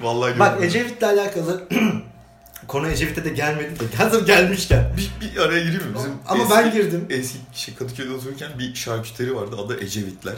Vallahi bak Ecevit'le alakalı konu Ecevit'e de gelmedi de hazır gelmişken. Bir araya gireyim mi? Bizim ama eski, ben girdim. Eski Kadıköy'de otururken bir şarküteri vardı. Adı Ecevitler.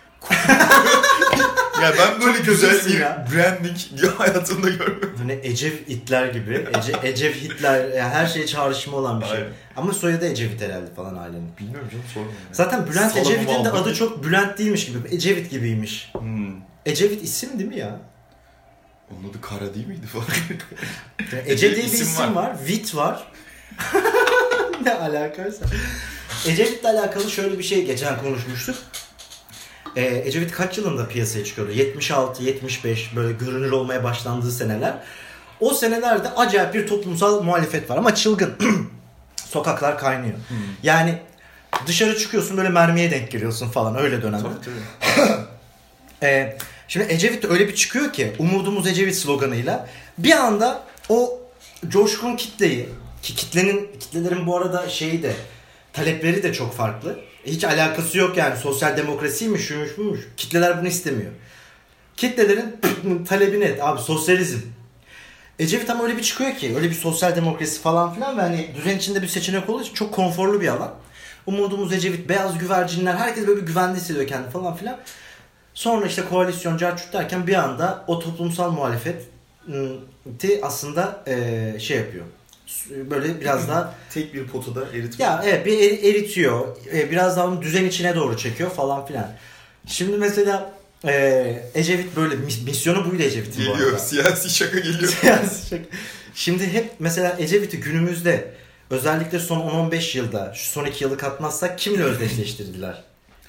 Ya ben böyle güzel bir branding hayatımda görmedim. Hani Ecevitler gibi. Ecevitler yani her şeye çağrışımı olan bir şey. Aynen. Ama soyadı Ecevit herhalde falan ailenin. Bilmiyorum canım, sorma. Zaten Bülent Ecevit'in de adı çok Bülent değilmiş gibi. Ecevit gibiymiş. Ecevit isim değil mi ya? Onun adı Kara değil miydi falan? Ece diye bir isim var. Vit var. Ne alakaysa. Ecevit'le alakalı şöyle bir şey geçen konuşmuştuk. Ecevit kaç yılında piyasaya çıkıyordu? 76, 75 böyle görünür olmaya başlandığı seneler. O senelerde acayip bir toplumsal muhalefet var ama çılgın. Sokaklar kaynıyor. Yani dışarı çıkıyorsun böyle mermiye denk geliyorsun falan öyle dönemde. Tabii. Şimdi Ecevit öyle bir çıkıyor ki umudumuz Ecevit sloganıyla bir anda o coşkun kitleyi ki kitlelerin bu arada şeyi de talepleri de çok farklı. Hiç alakası yok yani sosyal demokrasiymiş şuymuş buymuş. Kitleler bunu istemiyor. Kitlelerin talebini et abi sosyalizm. Ecevit ama öyle bir çıkıyor ki öyle bir sosyal demokrasi falan filan ve hani düzen içinde bir seçenek olduğu için çok konforlu bir alan. Umudumuz Ecevit, beyaz güvercinler herkes böyle bir güvende hissediyor kendini falan filan. Sonra işte koalisyon, carçut derken bir anda o toplumsal muhalefeti aslında şey yapıyor. Böyle biraz daha tek bir potada eritmiyor. Ya evet bir eritiyor. Biraz daha onu düzen içine doğru çekiyor falan filan. Şimdi mesela Ecevit böyle misyonu buydu Ecevit'in bu arada. Geliyor. Siyasi şaka geliyor. Siyasi şaka. Şimdi hep mesela Ecevit'i günümüzde özellikle son 10-15 yılda şu son 2 yılı katmazsak kimle özdeşleştirdiler?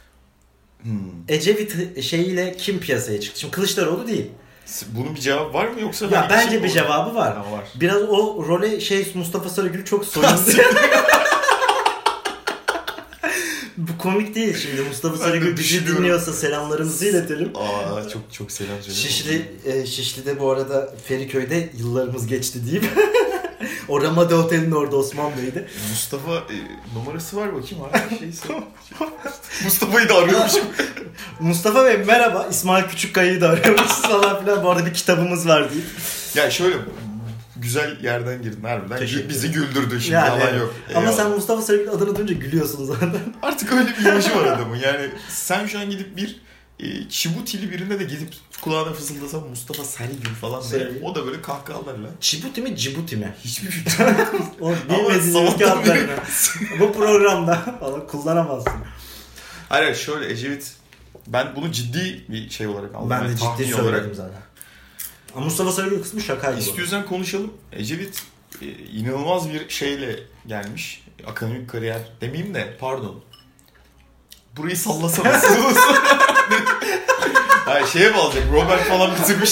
Ecevit şeyiyle kim piyasaya çıktı? Şimdi Kılıçdaroğlu değil. Bunun bir cevabı var mı yoksa? Ya bence bir cevabı var. Ha, var. Biraz o role Mustafa Sarıgül çok soyundu. Bu komik değil şimdi. Mustafa Sarıgül bizi dinliyorsa selamlarımızı iletelim. Çok selam söylüyorum. Şişli'de bu arada Feriköy'de yıllarımız geçti deyip o Ramada Otel'in orada Osman Bey'di. Mustafa numarası var bakayım abi. Mustafa'yı da arıyormuşum. Mustafa Bey merhaba. İsmail Küçükkaya'yı da arıyormuşuz falan filan. Bu arada bir kitabımız var deyip. Ya şöyle güzel yerden girdin harbiden. Bizi güldürdün şimdi yani, yalan yok. Ama sen Mustafa Sarıgül adını duyunca gülüyorsun zaten. Artık öyle bir imajı var adamın. Yani sen şu an gidip bir Çibuti'li birine de gidip kulağına fısıldasan Mustafa Sarıgül falan diye. O da böyle kahkahalarla. Çibuti mi Cibuti mi? Hiçbir fikrim yok. Bilmediğiniz ülke adlarını bu programda falan kullanamazsın. Hayır şöyle Ecevit ben bunu ciddi bir şey olarak aldım. Ben de ciddi söyledim zaten. Ama Mustafa Sarıgül kısmı şakaydı. İstiyorsan konuşalım. Ecevit inanılmaz bir şeyle gelmiş. Akademik kariyer demeyeyim de pardon. Burayı sallasana. Hayır şeye bağlayacak. Robert falan bitirmiş.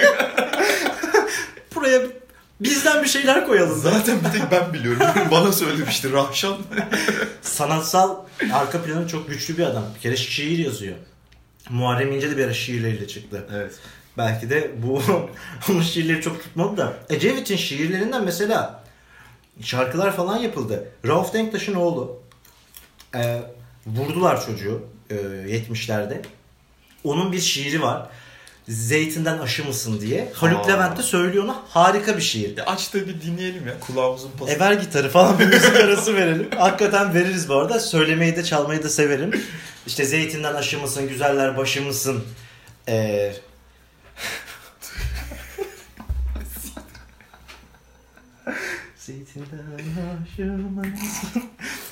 Buraya bizden bir şeyler koyalım. Zaten bir tek ben biliyorum. Bana söylemişti Rahşan. Sanatsal arka planı çok güçlü bir adam. Bir kere şiir yazıyor. Muharrem İnce de bir ara şiirleriyle çıktı. Evet. Belki de bu onun şiirleri çok tutmadı da. Ecevit'in şiirlerinden mesela şarkılar falan yapıldı. Rauf Denktaş'ın oğlu. Vurdular çocuğu 70'lerde. Onun bir şiiri var. Zeytinden aşı mısın diye. Haluk Levent de söylüyor ona. Harika bir şiir. Aç da bir dinleyelim ya. Kulağımızın pası. Ver gitarı falan bir müzik arası verelim. Hakikaten veririz bu arada. Söylemeyi de çalmayı da severim. İşte zeytinden aşı mısın, güzeller başı mısın? Zeytinden aşı mısın?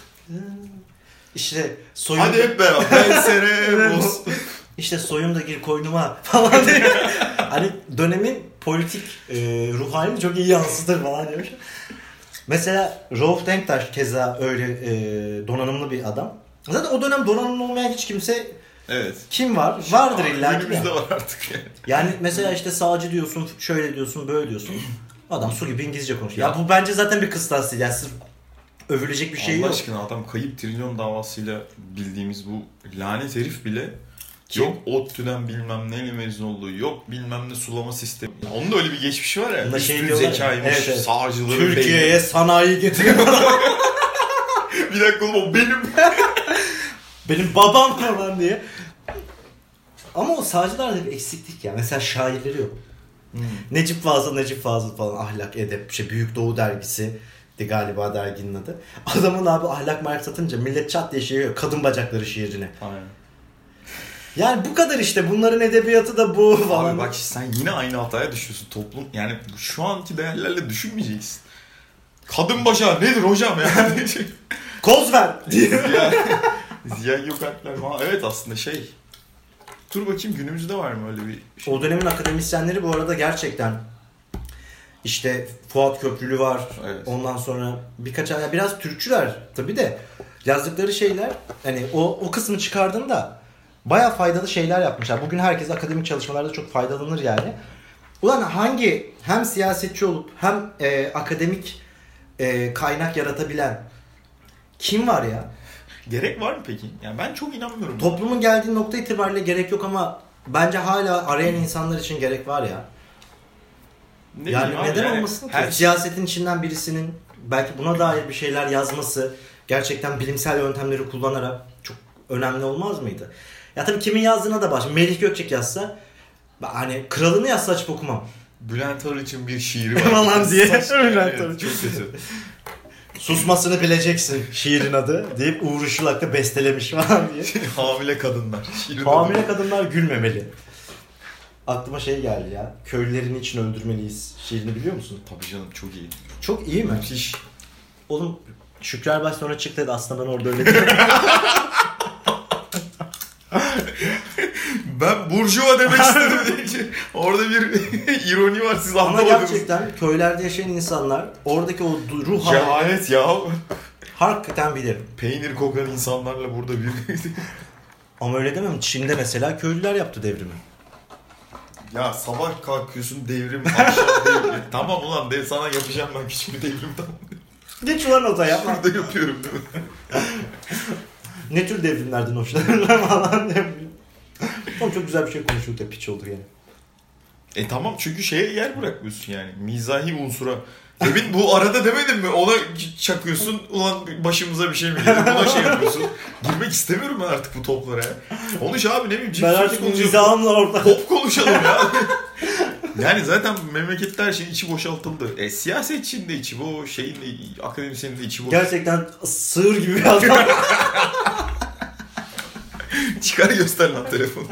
İşte soyun... Hadi hep beraber. Seremos. İşte soyun da gir koynuma falan diye. Hani dönemin politik ruh halini çok iyi yansıtır falan demiş. Mesela Rauf Denktaş keza öyle donanımlı bir adam. Zaten o dönem donanımlı olmayan hiç kimse evet. Kim var? Vardır illa ki. Günümüzde var artık yani. Yani mesela işte sağcı diyorsun, şöyle diyorsun, böyle diyorsun. Adam su gibi İngilizce konuşuyor. Ya bu bence zaten bir kıstas değil. Yani sırf övülecek bir şey yok. Allah aşkına adam kayıp trilyon davasıyla bildiğimiz bu lanet herif bile yok ODTÜ'den bilmem neyle mezun olduğu, yok bilmem ne sulama sistemi. Onun da öyle bir geçmişi var ya. Üstün zekaymış, evet. Sağcıları Türkiye'ye sanayi getiriyor. Bir dakika oğlum o benim. Benim babam falan diye. Ama o sağcılarda bir eksiklik ya. Mesela şairleri yok. Necip Fazıl falan, ahlak, edep, Büyük Doğu dergisi de galiba derginin adı. Adamın abi ahlak mark satınca millet çat diye şiir, kadın bacakları şiirini. Aynen. Yani bu kadar işte, bunların edebiyatı da bu falan. Abi bak sen yine aynı hataya düşüyorsun. Toplum yani şu anki değerlerle düşünmeyeceksin. Kadın bacağı nedir hocam yani? Koz ver. Ziya Gökalpler falan. Evet aslında dur bakayım günümüzde var mı öyle bir şey? O dönemin akademisyenleri bu arada gerçekten işte Fuat Köprülü var. Evet. Ondan sonra biraz Türkçüler tabii de yazdıkları şeyler, hani o kısmı çıkardığında bayağı faydalı şeyler yapmışlar. Bugün herkes akademik çalışmalarda çok faydalanır yani. Ulan hangi hem siyasetçi olup hem akademik kaynak yaratabilen kim var ya? Gerek var mı peki? Yani ben çok inanmıyorum. Toplumun geldiği nokta itibariyle gerek yok ama bence hala arayan insanlar için gerek var ya. Yani neden olmasın ki? Siyasetin içinden birisinin belki buna dair bir şeyler yazması, gerçekten bilimsel yöntemleri kullanarak çok önemli olmaz mıydı? Ya tabii kimin yazdığına da başlıyor. Melih Gökçek yazsa, hani kralını yazsa açıp okumam. Bülent Arınç'ın bir şiiri var. Falan diye. Bülent Arınç. Çok kötü. Susmasını bileceksin şiirin adı deyip Uğur Işılak'ta bestelemiş falan diye. Hamile kadınlar. Hamile kadınlar gülmemeli. Aklıma geldi ya. Köylülerin için öldürmeliyiz şiirini biliyor musun? Tabii canım, çok iyi. Çok iyi mi? Müthiş. Oğlum Şükrü Erbay sonra çıktı dedi, aslında ben orada öyle değilim. Ben burjuva demek istedim deyince orada bir ironi var, siz Ama anlamadınız. gerçekten köylerde yaşayan insanlar oradaki o ruh hali Cehalet ya. hakikaten bilir. Peynir kokan insanlarla burada bir... Ama öyle demem. Çin'de mesela köylüler yaptı devrimi. Ya sabah kalkıyorsun devrim, akşam devrim. Tamam ulan sana yapacağım ben küçük bir devrim, tamam. Geç ulan odaya. Burada yapıyorum değil mi? Ne tür devrimlerden hoşlanırlar falan diye. Oğlum çok güzel bir şey konuşuyorduk ya, piç olduk yani. Tamam, çünkü yer bırakmıyorsun yani. Mizahi unsura. Demin bu arada demedin mi? Ona çakıyorsun. Ulan başımıza bir şey mi gelir? Buna yapıyorsun. Girmek istemiyorum ben artık bu toplara ya. Konuş abi, ne bileyim. Ben artık mizahımla orada. Pop konuşalım ya. Yani zaten memlekette her şeyin içi boşaltıldı. Siyasetçinin de içi bu, akademisyenin de içi bu. Gerçekten sığır gibi bir adam. Çıkar göster lan telefonu.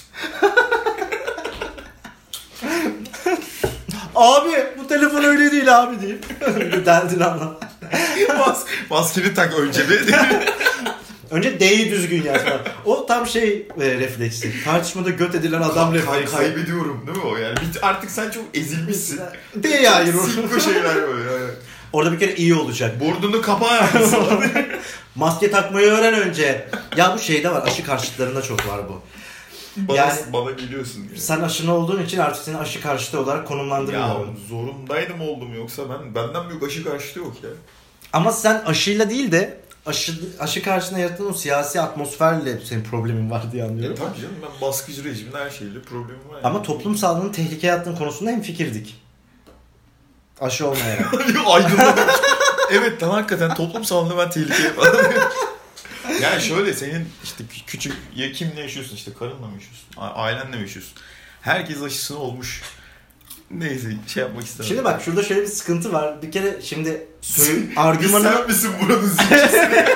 Abi bu telefon öyle değil abi deyip. Derdin anla. Maskeni tak önce bir. Önce D'yi düzgün yazma. O tam refleksi. Tartışmada göt edilen adam refleksi. Kaybediyorum değil mi o yani? Artık sen çok ezilmişsin. D'yi ayır. Sinko şeyler böyle. Yani. Orada bir kere iyi olacak. Burnunu kapa yapmışsın. Maske takmayı öğren önce. Ya bu var, aşı karşıtlarında çok var bu. Bana geliyorsun. Yani. Sen aşına olduğun için artık seni aşı karşıtı olarak konumlandırmıyorum. Ya zorundaydım oldum, yoksa benden büyük aşı karşıtı yok ya. Ama sen aşıyla değil de aşı karşısında yaratılan o siyasi atmosferle senin problemin var diye anlıyorum. Tabii canım, ben baskıcı rejimin her şeyle problemim var. Yani. Ama toplum sağlığının tehlikeye attığın konusunda hemfikirdik. Aşı olmayarak. Aydınladım. Evet lan, hakikaten toplum sağlığını ben tehlikeye falan. Yani şöyle, senin küçük kimle yaşıyorsun, karınla mı yaşıyorsun, ailenle mi yaşıyorsun? Herkes aşısını olmuş. Neyse yapmak istemem. Şimdi bak, şurada şöyle bir sıkıntı var. Bir kere şimdi argümanı... Sen misin buranın zikisi?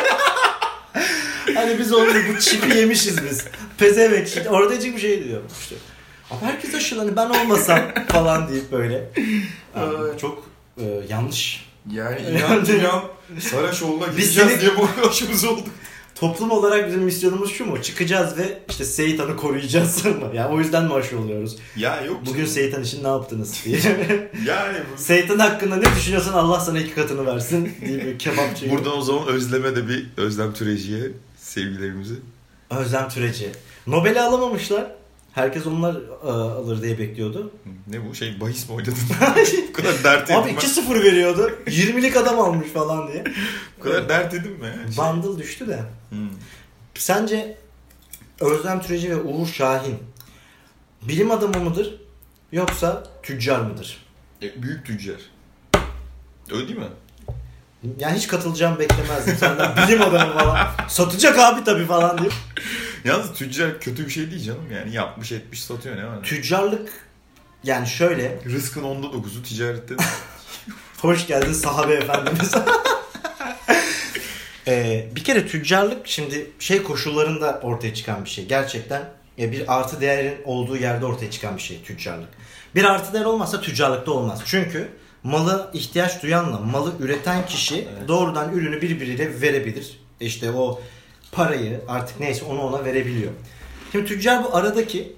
Hani biz onu bu çipi yemişiz biz. Pezevenk işte orada bir şey diyor işte. Abi herkes aşılanıyor, ben olmasam falan deyip böyle. Çok yanlış. Yani inan Saraçoğlu'na gideceğiz diye bu aşımız olduk. Toplum olarak bizim misyonumuz şu mu? Çıkacağız ve Seyitan'ı koruyacağız. Yani o yüzden mi aşı oluyoruz? Ya yok. Bugün Seyitan için ne yaptınız diye. Yani Seyitan hakkında ne düşünüyorsan Allah sana 2 katını versin diye bir kebapçı. Buradan o zaman Özlem'e de bir Özlem Türeci'ye sevgilerimizi. Özlem Türeci. Nobel'i alamamışlar. Herkes onlar alır diye bekliyordu. Ne bu bahis mi oynadın? Bu kadar dert edin. Abi 2-0 veriyordu. 20'lik adam almış falan diye. Bu kadar dert edin mi? Bundle düştü de. Sence Özlem Türeci ve Uğur Şahin bilim adamı mıdır yoksa tüccar mıdır? Büyük tüccar. Öyle değil mi? Yani hiç katılacağım beklemezdim. Senden bilim adamı falan. Satacak abi tabii falan diye. Yalnız tüccar kötü bir şey değil canım yani. Yapmış etmiş satıyor, ne var? Tüccarlık Yani şöyle. Rızkın 9'u ticarette. Hoş geldin sahabe efendimiz. Bir kere tüccarlık şimdi koşullarında ortaya çıkan bir şey. Gerçekten bir artı değerin olduğu yerde ortaya çıkan bir şey tüccarlık. Bir artı değer olmazsa tüccarlıkta olmaz. Çünkü malı ihtiyaç duyanla malı üreten kişi doğrudan ürünü birbiriyle verebilir. İşte o parayı artık neyse onu ona verebiliyor. Şimdi tüccar bu aradaki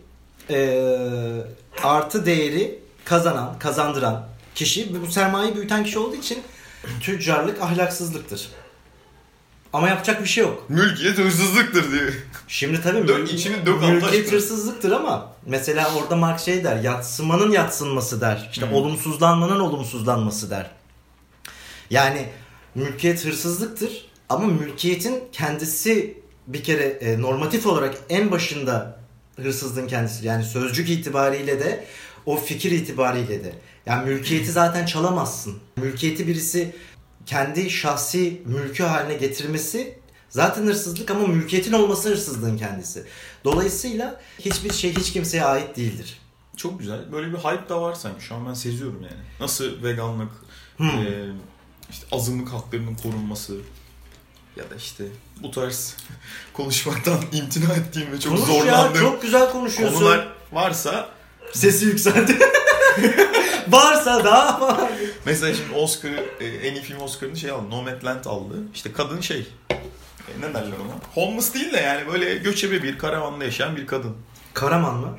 artı değeri kazandıran kişi ve bu sermayeyi büyüten kişi olduğu için tüccarlık ahlaksızlıktır. Ama yapacak bir şey yok. Mülkiyet hırsızlıktır diyor. Şimdi tabii mülkiyet hırsızlıktır ama mesela orada Marx der, yatsımanın yatsınması der. İşte olumsuzlanmanın olumsuzlanması der. Yani mülkiyet hırsızlıktır ama mülkiyetin kendisi bir kere normatif olarak en başında hırsızlığın kendisi. Yani sözcük itibariyle de o fikir itibariyle de. Yani mülkiyeti zaten çalamazsın. Mülkiyeti birisi kendi şahsi mülkü haline getirmesi zaten hırsızlık ama mülkiyetin olması hırsızlığın kendisi. Dolayısıyla hiçbir şey hiç kimseye ait değildir. Çok güzel. Böyle bir hype da var sanki. Şu an ben seziyorum yani. Nasıl veganlık, işte azınlık haklarının korunması ya da işte bu tarz konuşmaktan imtina ettiğim ve çok zorlandığım çok güzel konuşuyorsun. Konular varsa sesi yükseldi. Varsa da var. Mesela şimdi Oscar'ı en iyi film Oscar'ını aldı. Nomadland aldı. İşte kadın ne derler ona? Homeless değil de yani böyle göçebe bir karavanda yaşayan bir kadın. Karaman mı?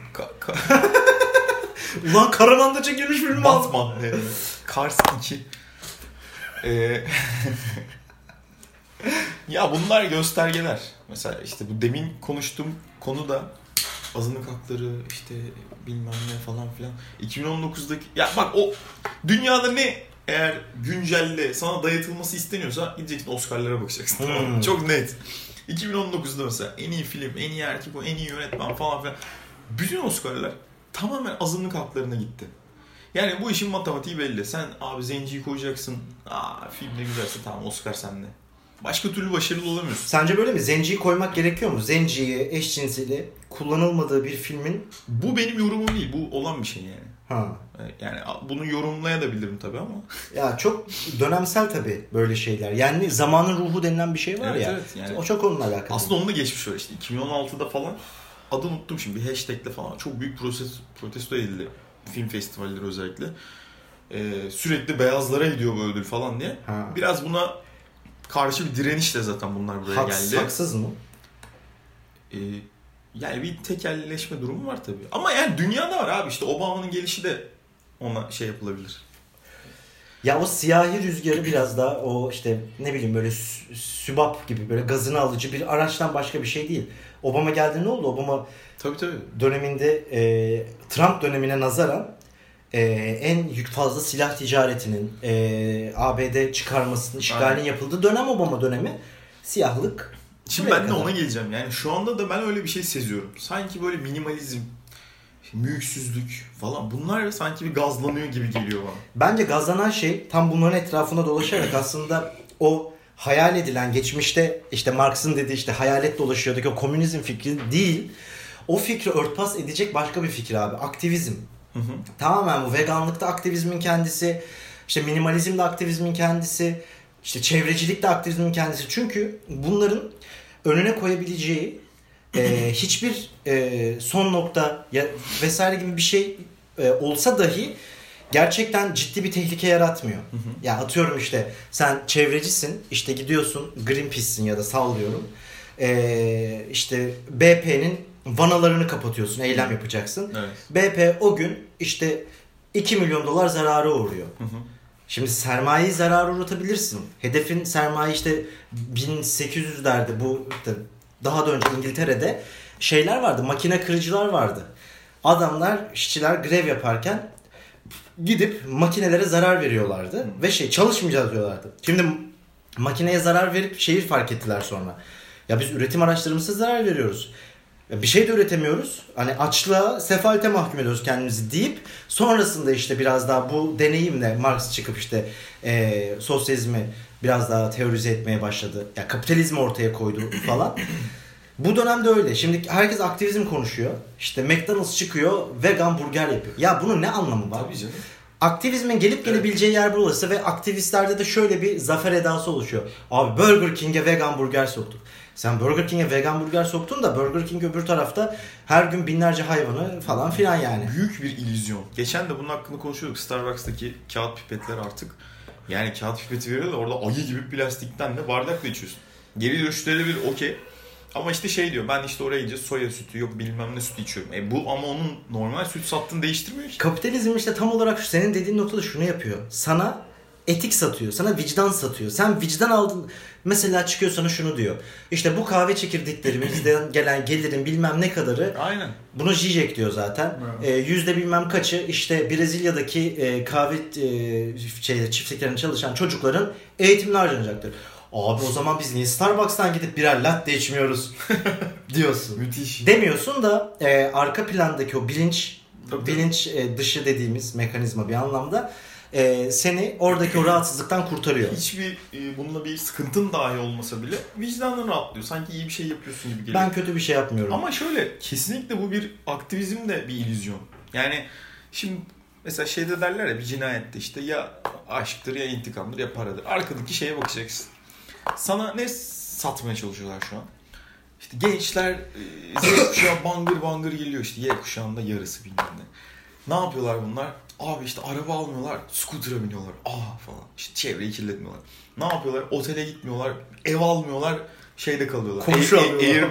Ulan Karaman'da çekilmiş film mi? Batman. Cars 2. Ya bunlar göstergeler. Mesela işte bu demin konuştuğum konu da azınlık hakları işte bilmem ne falan filan. 2019'daki ya bak o dünyada ne eğer güncelle sana dayatılması isteniyorsa gideceksin Oscar'lara bakacaksın. Tamam. Çok net. 2019'da mesela en iyi film, en iyi erkek, en iyi yönetmen falan filan. Bütün Oscar'lar tamamen azınlık haklarına gitti. Yani bu işin matematiği belli. Sen abi zenciyi koyacaksın. Film ne güzelse tamam Oscar sende. Başka türlü başarılı olamıyorsun. Sence böyle mi? Zenciyi koymak gerekiyor mu? Zenciyi, eşcinseli kullanılmadığı bir filmin... Bu benim yorumum değil. Bu olan bir şey yani. Ha. Yani bunu yorumlayabilirim tabii ama. Ya çok dönemsel tabii böyle şeyler. Yani zamanın ruhu denilen bir şey var ya. Evet, yani. O çok onunla alakalı. Aslında onunla geçmiş var işte. 2016'da falan adını unuttum şimdi. Bir hashtagle falan. Çok büyük protesto edildi. Film festivalleri özellikle. Sürekli beyazlara gidiyor bu ödül falan diye. Ha. Biraz buna karşı bir direnişle zaten bunlar buraya geldi. Haksız mı? Yani bir tekelleşme durumu var tabii. Ama yani dünyada var abi işte Obama'nın gelişi de ona yapılabilir. Ya o siyahi rüzgarı biraz daha o işte ne bileyim böyle sübap gibi böyle gazını alıcı bir araçtan başka bir şey değil. Obama geldi ne oldu? Obama tabii. Döneminde Trump dönemine nazaran en fazla silah ticaretinin ABD çıkarmasının, işgalinin yapıldığı dönem Obama dönemi. Siyahlık. Şimdi ben de ona geleceğim. Yani şu anda da ben öyle bir şey seziyorum. Sanki böyle minimalizm, mülksüzlük falan bunlar sanki bir gazlanıyor gibi geliyor bana. Bence gazlanan şey tam bunların etrafında dolaşarak aslında o hayal edilen geçmişte işte Marx'ın dediği işte hayalet dolaşıyorduk o komünizm fikri değil. O fikri örtbas edecek başka bir fikir abi. Aktivizm. Tamamen bu veganlıkta aktivizmin kendisi, işte minimalizmde aktivizmin kendisi, işte çevrecilikte aktivizmin kendisi. Çünkü bunların önüne koyabileceği hiçbir son nokta ya vesaire gibi bir şey olsa dahi gerçekten ciddi bir tehlike yaratmıyor. Ya atıyorum işte sen çevrecisin, işte gidiyorsun Greenpeace'sin ya da sallıyorum. İşte BP'nin vanalarını kapatıyorsun, eylem yapacaksın. Evet. BP o gün işte 2 milyon dolar zarara uğruyor. Şimdi sermayeyi zarara uğratabilirsin. Hedefin sermaye işte 1800'lerde bu daha da önce İngiltere'de şeyler vardı, makine kırıcılar vardı. Adamlar, işçiler grev yaparken gidip makinelere zarar veriyorlardı ve çalışmayacağız diyorlardı. Şimdi makineye zarar verip şeyi fark ettiler sonra. Ya biz üretim araçlarımıza zarar veriyoruz. Bir şey de üretemiyoruz. Hani açlığa, sefalete mahkum ediyoruz kendimizi deyip sonrasında işte biraz daha bu deneyimle Marx çıkıp işte sosyalizmi biraz daha teorize etmeye başladı. Ya kapitalizmi ortaya koydu falan. Bu dönemde öyle. Şimdi herkes aktivizm konuşuyor. İşte McDonald's çıkıyor, vegan burger yapıyor. Ya bunun ne anlamı var? Tabii canım. Aktivizmin gelip gelebileceği yer burası ve aktivistlerde de şöyle bir zafer edası oluşuyor. Abi Burger King'e vegan burger soktuk. Sen Burger King'e vegan burger soktun da Burger King öbür tarafta her gün binlerce hayvanı falan filan yani. Büyük bir illüzyon. Geçen de bunun hakkında konuşuyorduk. Starbucks'taki kağıt pipetler artık. Yani kağıt pipeti veriyor da orada ayı gibi plastikten de bardakla içiyorsun. Geri dönüşleri bir okey. Ama işte şey diyor, ben işte oraya gidince soya sütü yok bilmem ne sütü içiyorum. Bu ama onun normal süt sattığını değiştirmiyor ki. Kapitalizm işte tam olarak senin dediğin noktada şunu yapıyor. Sana etik satıyor, sana vicdan satıyor. Sen vicdan aldın. Mesela çıkıyor sana şunu diyor. İşte bu kahve çekirdeklerimizden gelen gelirin bilmem ne kadarı. Aynen. Bunu Zizek diyor zaten. Yüzde bilmem kaçı işte Brezilya'daki kahve çiftliklerinde çalışan çocukların eğitimine harcanacaktır. Abi o zaman biz niye Starbucks'tan gidip birer latte içmiyoruz diyorsun. Müthiş. Demiyorsun da arka plandaki o bilinç dışı dediğimiz mekanizma bir anlamda seni oradaki o rahatsızlıktan kurtarıyor. Hiçbir bununla bir sıkıntın dahi olmasa bile vicdanın rahatlıyor. Sanki iyi bir şey yapıyorsun gibi geliyor. Ben kötü bir şey yapmıyorum. Ama şöyle, kesinlikle bu bir aktivizm de bir illüzyon. Yani şimdi mesela şeyde derler ya, bir cinayette işte ya aşktır ya intikamdır ya paradır. Arkadaki şeye bakacaksın. Sana ne satmaya çalışıyorlar şu an? İşte gençler Z kuşağı bangır bangır geliyor, işte Y kuşağında yarısı bilmem ne. Ne yapıyorlar bunlar? Abi işte araba almıyorlar, scooter'a biniyorlar. Falan. İşte çevreyi kirletmiyorlar. Ne yapıyorlar? Otele gitmiyorlar, ev almıyorlar, şeyde kalıyorlar. Komşu alıyorlar.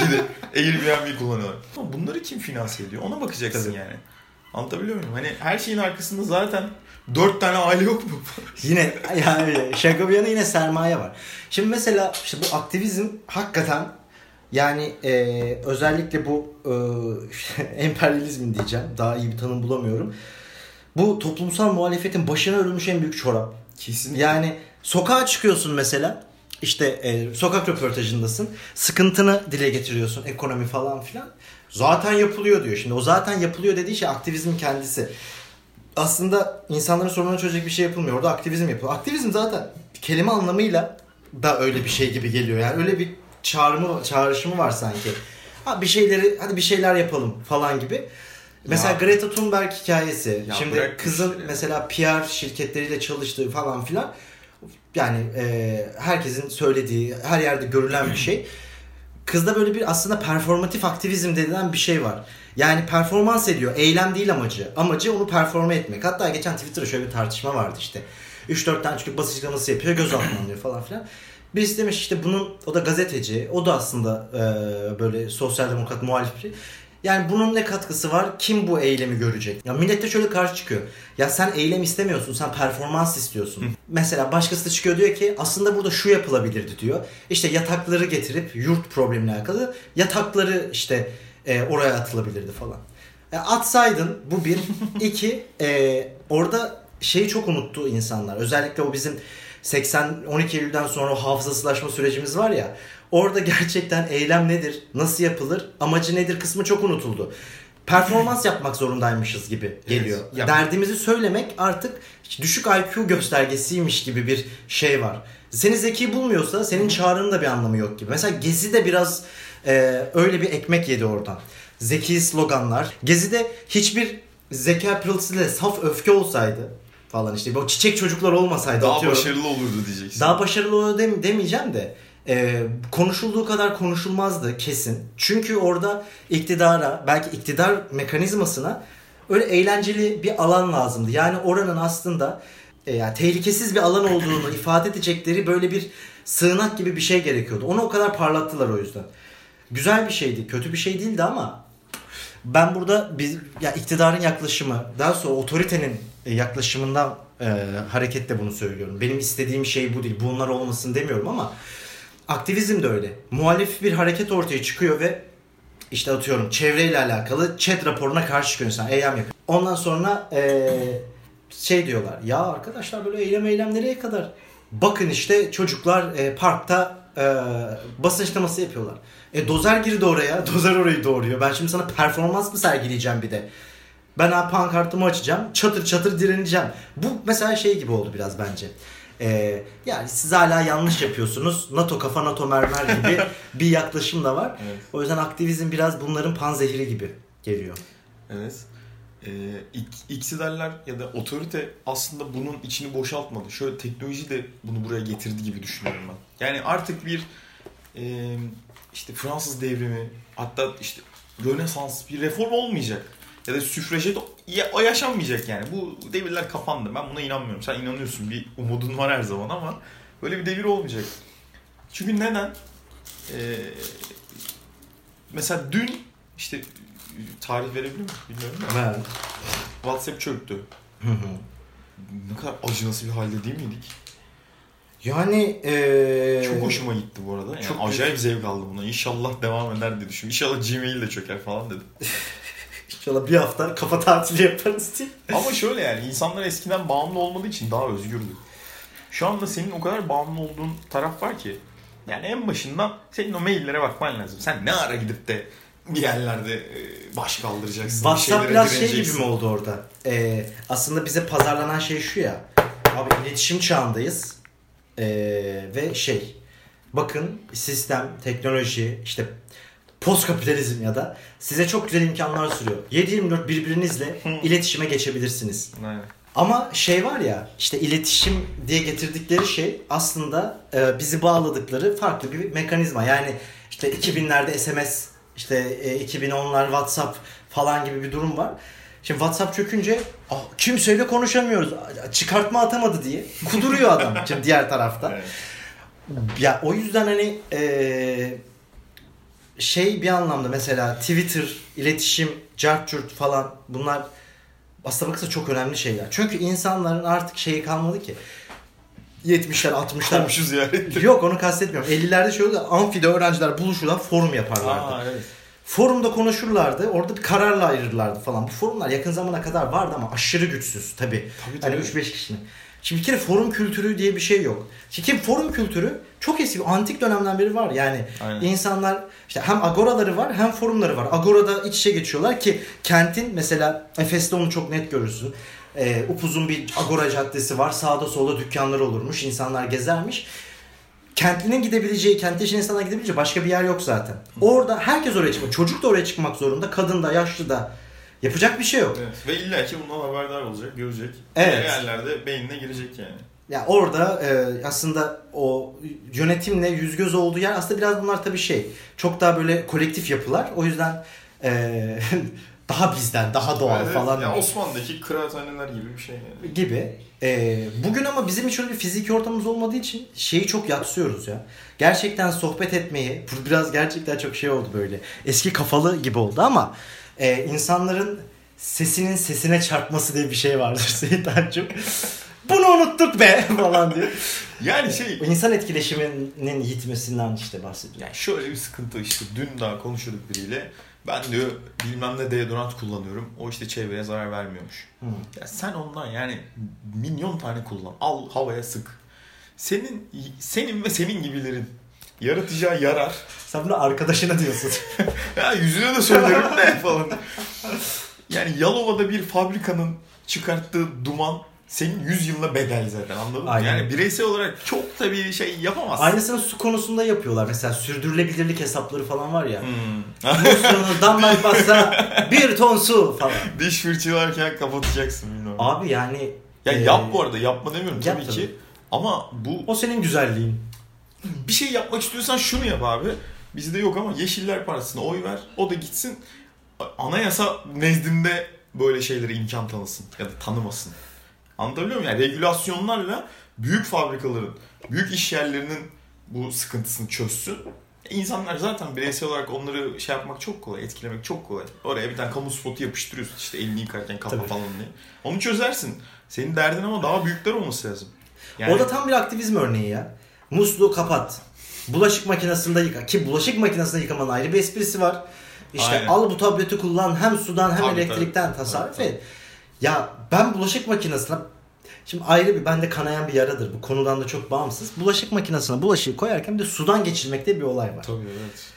Airbnb kullanıyorlar. Ama bunları kim finanse ediyor? Ona bakacaksın Tabii. yani. Anlatabiliyor muyum? Hani her şeyin arkasında zaten 4 tane aile yok mu? Yine yani şaka bir yana yine sermaye var. Şimdi mesela işte bu aktivizm hakikaten yani özellikle bu emperyalizmin diyeceğim. Daha iyi bir tanım bulamıyorum. Bu toplumsal muhalefetin başına örülmüş en büyük çorap. Kesinlikle. Yani sokağa çıkıyorsun mesela. İşte sokak röportajındasın. Sıkıntını dile getiriyorsun. Ekonomi falan filan. Zaten yapılıyor diyor. Şimdi o zaten yapılıyor dediği şey aktivizm kendisi. Aslında insanların sorunlarını çözecek bir şey yapılmıyor. Orada aktivizm yapıyor. Aktivizm zaten kelime anlamıyla da öyle bir şey gibi geliyor. Yani öyle bir çağrışımı var sanki. Hadi bir şeyler yapalım falan gibi. Mesela Ya. Greta Thunberg hikayesi. Ya şimdi kızın mesela PR şirketleriyle çalıştığı falan filan. Yani herkesin söylediği, her yerde görülen bir şey. Kızda böyle bir aslında performatif aktivizm denilen bir şey var. Yani performans ediyor. Eylem değil amacı. Amacı onu performe etmek. Hatta geçen Twitter'da şöyle bir tartışma vardı işte. 3-4 tane çocuk basın açıklaması yapıyor. Gözaltına alınıyor falan filan. Birisi demiş işte bunun, o da gazeteci. O da aslında böyle sosyal demokrat muhalif bir şey. Yani bunun ne katkısı var? Kim bu eylemi görecek? Ya millet de şöyle karşı çıkıyor. Ya sen eylem istemiyorsun, sen performans istiyorsun. Mesela başkası da çıkıyor diyor ki aslında burada şu yapılabilirdi diyor. İşte yatakları getirip yurt problemine alakalı yatakları işte oraya atılabilirdi falan. Atsaydın bu bir. İki, orada şeyi çok unuttu insanlar. Özellikle o bizim 12 Eylül'den sonra o hafızasızlaşma sürecimiz var ya. Orada gerçekten eylem nedir, nasıl yapılır, amacı nedir kısmı çok unutuldu. Performans yapmak zorundaymışız gibi geliyor. Evet. Derdimizi söylemek artık düşük IQ göstergesiymiş gibi bir şey var. Seni zeki bulmuyorsa senin çağrının da bir anlamı yok gibi. Mesela Gezi de biraz öyle bir ekmek yedi oradan. Zeki sloganlar. Gezi'de hiçbir zeka pırıltısıyla saf öfke olsaydı falan işte bu çiçek çocuklar olmasaydı daha başarılı olurdu diyeceksin. Daha başarılı olurdu demeyeceğim de konuşulduğu kadar konuşulmazdı kesin. Çünkü orada iktidara, belki iktidar mekanizmasına öyle eğlenceli bir alan lazımdı. Yani oranın aslında yani tehlikesiz bir alan olduğunu ifade edecekleri böyle bir sığınak gibi bir şey gerekiyordu. Onu o kadar parlattılar o yüzden. Güzel bir şeydi, kötü bir şey değildi ama ben burada iktidarın yaklaşımı, daha sonra otoritenin yaklaşımından hareketle bunu söylüyorum. Benim istediğim şey bu değil. Bunlar olmasın demiyorum ama aktivizm de öyle. Muhalif bir hareket ortaya çıkıyor ve işte atıyorum çevreyle alakalı ÇED raporuna karşı çıkıyor insan. Eylem yapıyor. Ondan sonra şey diyorlar. Ya arkadaşlar böyle eylem nereye kadar? Bakın işte çocuklar parkta basın açıklaması yapıyorlar. Dozer girdi oraya. Dozer orayı doğuruyor. Ben şimdi sana performans mı sergileyeceğim bir de? Ben pankartımı açacağım. Çatır çatır direneceğim. Bu mesela şey gibi oldu biraz bence. Yani siz hala yanlış yapıyorsunuz. NATO kafa NATO mermer gibi bir yaklaşım da var. Evet. O yüzden aktivizm biraz bunların panzehiri gibi geliyor. Evet. İktidarlar ya da otorite aslında bunun içini boşaltmadı. Şöyle teknoloji de bunu buraya getirdi gibi düşünüyorum ben. Yani artık bir işte Fransız devrimi, hatta işte Rönesans, bir reform olmayacak. Ya da süfrajet o yaşanmayacak yani. Bu devirler kapandı. Ben buna inanmıyorum. Sen inanıyorsun. Bir umudun var her zaman ama böyle bir devir olmayacak. Çünkü neden? Mesela dün işte tarih verebilir miyim? Bilmiyorum da. Evet. WhatsApp çöktü. Ne kadar acınası bir halde değil miydik? Yani çok hoşuma gitti bu arada. Yani çok acayip zevk aldım buna. İnşallah devam eder diye düşünüyorum. İnşallah Gmail de çöker falan dedim. İnşallah bir hafta kafa tatili yaparız diye. Ama şöyle yani insanlar eskiden bağımlı olmadığı için daha özgürdü. Şu anda senin o kadar bağımlı olduğun taraf var ki. Yani en başından senin o maillere bakman lazım. Sen ne ara gidip de bir yerlerde baş kaldıracaksın. WhatsApp biraz şey gibi mi oldu orada? Aslında bize pazarlanan şey şu ya. Abi iletişim çağındayız. Ve bakın sistem, teknoloji, işte post kapitalizm ya da size çok güzel imkanlar sunuyor. 7/24 birbirinizle iletişime geçebilirsiniz. Aynen. Ama var ya, işte iletişim diye getirdikleri şey aslında bizi bağladıkları farklı bir mekanizma. Yani işte 2000'lerde SMS, işte 2010'lar WhatsApp falan gibi bir durum var. Şimdi WhatsApp çökünce kimseyle konuşamıyoruz. Çıkartma atamadı diye kuduruyor adam şimdi diğer tarafta. Evet. Ya o yüzden hani bir anlamda mesela Twitter, iletişim, cart falan bunlar aslında bakılsa çok önemli şeyler. Çünkü insanların artık kalmadı ki. 70'ler, 60'lar. Ziyaret. Yok, onu kastetmiyorum. 50'lerde oluyor. Amfide öğrenciler buluşurlar, forum yaparlardı. Evet. Forumda konuşurlardı. Orada bir kararla ayırırlardı falan. Bu forumlar yakın zamana kadar vardı ama aşırı güçsüz tabii. Hani 3-5 kişinin. Şimdi bir kere forum kültürü diye bir şey yok. Şimdi forum kültürü çok eski, antik dönemden beri var. Yani insanlar işte hem agoraları var hem forumları var. Agorada iç içe geçiyorlar ki kentin mesela Efes'te onu çok net görürsün. Upuzun bir agora caddesi var. Sağda solda dükkanlar olurmuş. İnsanlar gezermiş. Kentlinin gidebileceği, kentli yaşayan insanlar gidebileceği başka bir yer yok zaten. Orada herkes oraya çıkmak. Çocuk da oraya çıkmak zorunda. Kadın da, yaşlı da. Yapacak bir şey yok. Evet. Ve illa ki bundan haberdar olacak, görecek. Evet. Yerlerde beynine girecek yani. Ya orada aslında o yönetimle yüz göz olduğu yer aslında biraz bunlar tabii çok daha böyle kolektif yapılar. O yüzden daha bizden, daha doğal falan. Ya Osmanlı'daki kıraathaneler gibi bir şey yani. Gibi. Bugün ama bizim hiç öyle bir fiziki ortamımız olmadığı için çok yatsıyoruz ya. Gerçekten sohbet etmeyi, biraz gerçekten çok oldu böyle. Eski kafalı gibi oldu ama insanların sesinin sesine çarpması diye bir şey vardır Seyithancığım. Bunu unuttuk be falan diyor. Yani İnsan etkileşiminin yitmesinden bahsediyorum. Yani şöyle bir sıkıntı dün daha konuşuyorduk biriyle. Ben diyor bilmem ne deodorant kullanıyorum. O çevreye zarar vermiyormuş. Ya sen ondan yani milyon tane kullan. Al havaya sık. Senin ve senin gibilerin yaratacağı yarar. Sen bunu arkadaşına diyorsun. Ya yüzüne de söylerim ne falan. Yani Yalova'da bir fabrikanın çıkarttığı duman senin 100 yılına bedel zaten, anladın mı? Yani bireysel olarak çok da bir şey yapamazsın. Aynısını su konusunda yapıyorlar. Mesela sürdürülebilirlik hesapları falan var ya. Musluğunu damlatmazsa 1 ton su falan. Diş fırçalarken kapatacaksın bilmiyorum. Abi yani. Yap bu arada, yapma demiyorum tabii ki. Ama bu... O senin güzelliğin. Bir şey yapmak istiyorsan şunu yap abi. Bizde yok ama Yeşiller Partisi'ne oy ver. O da gitsin anayasa nezdinde böyle şeylere imkan tanısın ya da tanımasın. Anlatabiliyor muyum? Yani regülasyonlarla büyük fabrikaların, büyük iş yerlerinin bu sıkıntısını çözsün. İnsanlar zaten bireysel olarak onları yapmak çok kolay, etkilemek çok kolay. Oraya bir tane kamu spotu yapıştırıyorsun elini yıkarken kapa falan diye. Onu çözersin. Senin derdin ama daha büyükler olması lazım. Yani... O da tam bir aktivizm örneği ya. Musluğu kapat. Bulaşık makinesinde yıka. Ki bulaşık makinesinde yıkamanın ayrı bir esprisi var. Al bu tableti kullan, hem sudan hem elektrikten tasarruf et. Ya ben bulaşık makinesine, şimdi ayrı bir bende kanayan bir yaradır, bu konudan da çok bağımsız. Bulaşık makinesine bulaşığı koyarken de sudan geçirmekte bir olay var. Tabii, evet.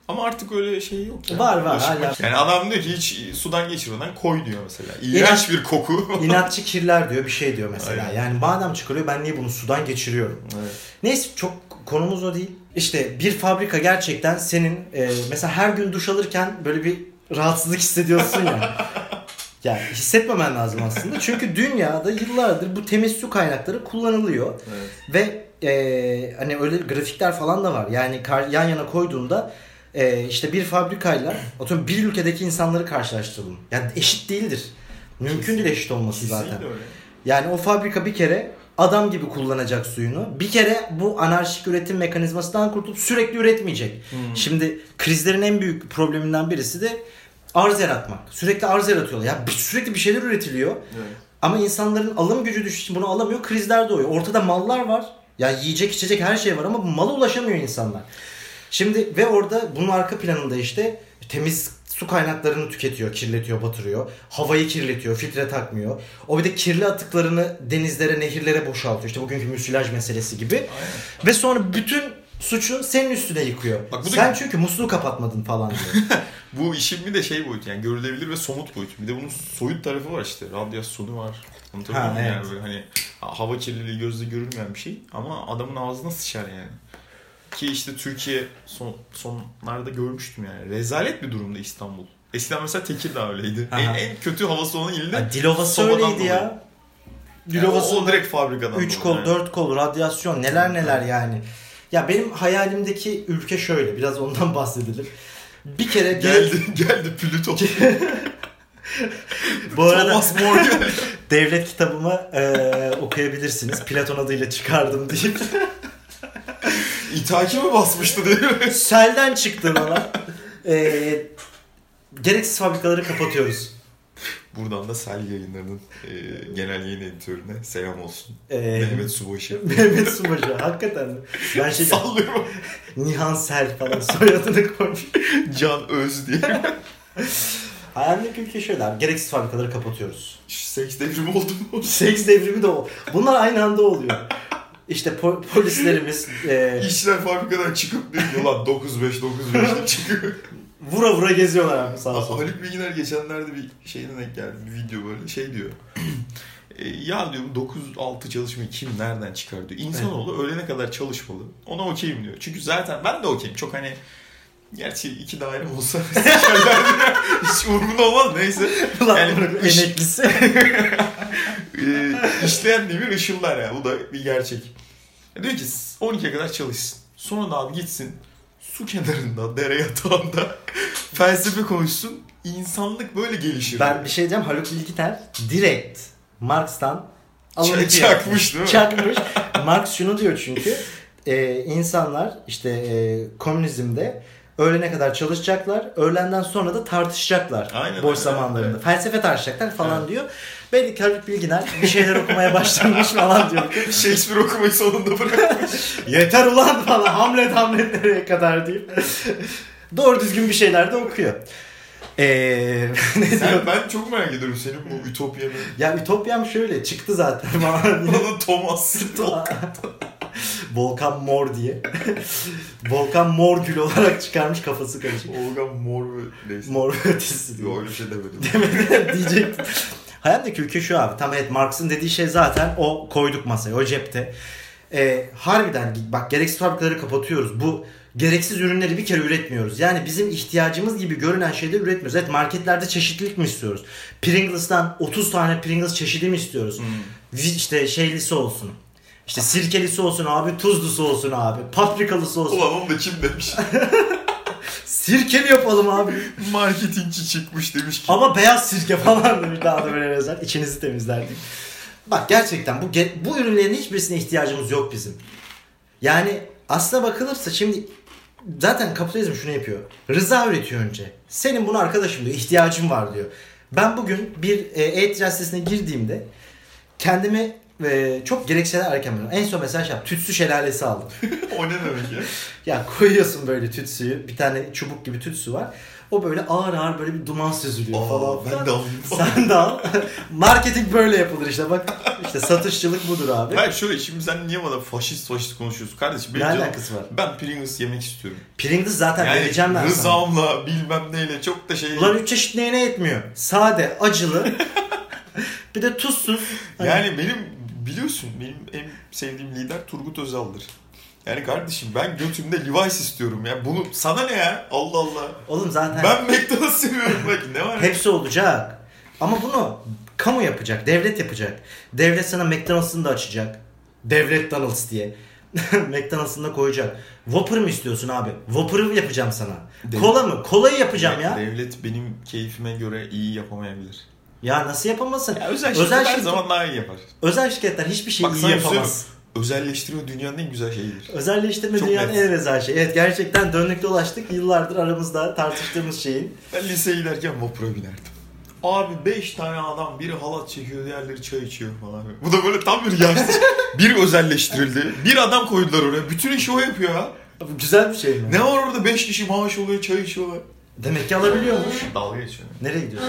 Ama artık öyle şey yok ya. Var hala. Yani adam diyor ki hiç sudan geçirmeden koy diyor mesela. İğrenç bir koku. İnatçı kirler diyor, bir şey diyor mesela. Aynen. Yani madem çıkarıyor, ben niye bunu sudan geçiriyorum? Evet. Neyse, çok konumuz o değil. İşte bir fabrika gerçekten senin mesela her gün duş alırken böyle bir rahatsızlık hissediyorsun ya. Yani hissetmemen lazım aslında. Çünkü dünyada yıllardır bu temiz su kaynakları kullanılıyor. Evet. Ve hani öyle grafikler falan da var. Yani yan yana koyduğunda işte bir fabrikayla atıyorum bir ülkedeki insanları karşılaştıralım. Yani eşit değildir. Mümkün değil eşit olması zaten. Öyle. Yani o fabrika bir kere adam gibi kullanacak suyunu. Bir kere bu anarşik üretim mekanizmasından kurtulup sürekli üretmeyecek. Şimdi krizlerin en büyük probleminden birisi de arz yaratmak. Sürekli arz yaratıyorlar. Ya sürekli bir şeyler üretiliyor. Evet. Ama insanların alım gücü düştüğü için bunu alamıyor. Krizler doğuyor. Ortada mallar var. Yani yiyecek içecek her şey var ama bu mala ulaşamıyor insanlar. Şimdi ve orada bunun arka planında işte temiz su kaynaklarını tüketiyor, kirletiyor, batırıyor. Havayı kirletiyor, filtre takmıyor. O bir de kirli atıklarını denizlere, nehirlere boşaltıyor. İşte bugünkü müsilaj meselesi gibi. Aynen. Ve sonra bütün suçu senin üstüne yıkıyor. Bak, sen çünkü musluğu kapatmadın falan diyor. Bu işin bir de şey boyutu, yani görülebilir ve somut boyutu. Bir de bunun soyut tarafı var işte. Radyasyonu var. Anlatabiliyor muyum? Yani böyle hani hava kirliliği gözle görülmeyen bir şey ama adamın ağzına sıçar yani. Ki işte Türkiye sonlarda görmüştüm yani. Rezalet bir durumda İstanbul. Eskiden mesela Tekirdağ öyleydi. En kötü havası olan ilde. Dilovası öyleydi ya. Dilovası o direkt fabrikadan. 3 kol, yani. 4 kol, radyasyon, neler yani. Ya benim hayalimdeki ülke şöyle. Biraz ondan bahsedelim. Bir kere geldi Plüton. Bu arada Thomas More devlet kitabımı okuyabilirsiniz. Platon adıyla çıkardım deyip. İthaki mi basmıştı değil mi? Selden çıktı bana. Gereksiz fabrikaları kapatıyoruz. Buradan da Sel Yayınları'nın genel yayın editörüne selam olsun. Mehmet Subaşı. Mehmet Subaşı. Hakikaten mi? Ben sallıyorum. Nihan Sel falan soyadını koymuş. Can Öz diye. Hayalimdeki ülke şöyle abi. Gereksiz fabrikaları kapatıyoruz. Seks devrimi oldu mu? Seks devrimi de o. Bunlar aynı anda oluyor. İşte polislerimiz... İşçiler fabrikadan çıkıp diyor lan 9-5 çıkıyor. Vura vura geziyorlar abi sağ olsun. Haluk Bilginer geçenlerde bir şeyden denk geldi. Bir video böyle şey diyor. Ya diyor 9-6 çalışmayı kim nereden çıkar diyor. İnsanoğlu ölene kadar çalışmalı. Ona okeyim diyor. Çünkü zaten ben de okeyim. Çok hani gerçi 2 dairem olsa hiç umurumda olmaz neyse. Yani emeklisi. İşleyen demir ışıllar ya. Bu da bir gerçek. Diyor ki 12'ye kadar çalışsın. Sonra da abi gitsin su kenarında, dere yatağında felsefe konuşsun. İnsanlık böyle gelişir. Ben bir şey diyeceğim. Haluk Bilginer direkt Marx'tan çakmış değil mi? Çakmış. Marx şunu diyor çünkü insanlar işte komünizmde öğlene kadar çalışacaklar. Öğlenden sonra da tartışacaklar. Aynen, boş zamanlarında. Evet. Felsefe tartışacaklar falan diyor. Belli ki Haluk Bilginer bir şeyler okumaya başlamış falan diyor. Shakespeare okumayı sonunda bırakmış. Yeter ulan falan. Hamlet nereye kadar deyip. Doğru düzgün bir şeyler de okuyor. Ben çok merak ediyorum senin bu Ütopya'nı. Ya Ütopya'm şöyle çıktı zaten. Bana Thomas. Volkan Mor diye. Volkan Morgül olarak çıkarmış, kafası karışık. Volkan Mor ve neyse. Mor ve ötesi diyor. Öyle bir şey demedim. Demedim diyecektim. Hayattaki ülke şu abi. Tam evet, Marx'ın dediği şey zaten o, koyduk masaya, o cepte. Harbiden bak, gereksiz fabrikaları kapatıyoruz. Bu gereksiz ürünleri bir kere üretmiyoruz. Yani bizim ihtiyacımız gibi görünen şeyleri üretmiyoruz. Evet, marketlerde çeşitlilik mi istiyoruz? Pringles'tan 30 tane Pringles çeşidi mi istiyoruz? İşte şeylisi olsun. İşte sirkelisi olsun abi, tuzlusu olsun abi, paprikalısı olsun. Ulan onu da kim demiş? Sirkeli yapalım abi. Marketingçi çıkmış demiş ki. Ama beyaz sirke falan demiş, daha da böyle özel. İçinizi temizlerdik. Bak gerçekten bu ürünlerin hiçbirisine ihtiyacımız yok bizim. Yani aslına bakılırsa şimdi zaten kapitalizm şunu yapıyor. Rıza üretiyor önce. Senin buna arkadaşım diyor, ihtiyacım var diyor. Ben bugün bir e-ticaret sitesine girdiğimde kendime ve çok gerekseler erken bölüm. En son mesela tütsü şelalesi aldım. O ne demek ya? Ya koyuyorsun böyle tütsüyü. Bir tane çubuk gibi tütsü var. O böyle ağır ağır böyle bir duman süzülüyor falan. Ben de alayım. Sen de al. Marketing böyle yapılır işte bak. İşte satışçılık budur abi. Hayır şöyle şimdi sen niye bana faşist konuşuyorsun kardeşim? Ne alakası var? Ben Pringles yemek istiyorum. Pringles zaten yani vereceğim ben sana. Rızamla bilmem neyle çok da şey... Ulan 3 çeşit neyine yetmiyor? Sade, acılı, bir de tuzsuz. Yani benim biliyorsun benim en sevdiğim lider Turgut Özal'dır. Yani kardeşim ben götümde Levi's istiyorum ya. Bunu sana ne ya? Allah Allah. Oğlum zaten... Ben McDonald's seviyorum bak ne var? Hepsi olacak. Ama bunu kamu yapacak, devlet yapacak. Devlet sana McDonald's'ını da açacak. Devlet Donald's diye. McDonald's'ını da koyacak. Whopper mı istiyorsun abi? Whopper'ı yapacağım sana. Kola mı? Kolayı yapacağım ya. Devlet benim keyfime göre iyi yapamayabilir. Ya nasıl yapamazsın? Ya özel şirketler her zaman daha iyi yapar. Özel şirketler hiçbir şey iyi yapamaz. Özelleştirme dünyanın en güzel şeyidir. Özelleştirme çok dünyanın en özel şeyi. Evet gerçekten döndük dolaştık. Yıllardır aramızda tartıştığımız şeyin. Ben liseye giderken vapura binerdim. Abi 5 tane adam biri halat çekiyor diğerleri çay içiyor falan. Bu da böyle tam bir yaşlı. Bir özelleştirildi. Bir adam koydular oraya. Bütün işi o yapıyor ha. Abi, güzel bir şey mi? Ne var orada 5 kişi maaş oluyor çay içiyorlar. Demek ki alabiliyormuş. Dalga geçiyor. Nereye gidiyorsun?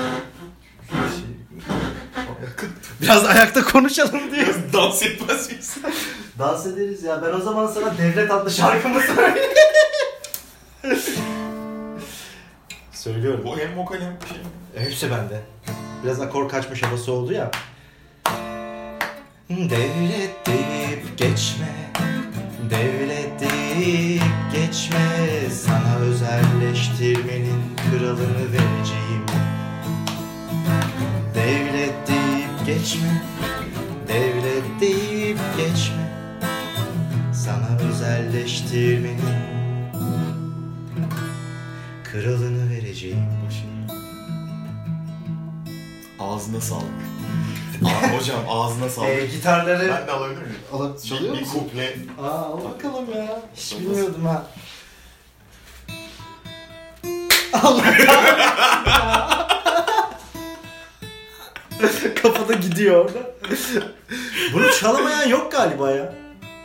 Biraz ayakta konuşalım diye. Biraz dans etmez miyiz? Dans ederiz ya. Ben o zaman sana Devlet adlı şarkımı söyleyeyim. Söylüyorum. Bu hem vokal hem şey mi? Hepsi bende. Biraz akor kaçmış havası oldu ya. Devlet deyip geçme, devlet deyip geçme, sana özelleştirmenin kralını vereceğim. Devlet deyip geçme, devlet deyip geçme, sana özelleştirmenin kralını vereceğim. Ağzına sağlık. Hocam ağzına sağlık. Gitarları... Ben de alabilir miyim? Çalıyor musun? Bir kuple. Al bakalım ya. Hiç bilmiyordum ha. Allah kafada gidiyor orada. Bunu çalamayan yok galiba ya.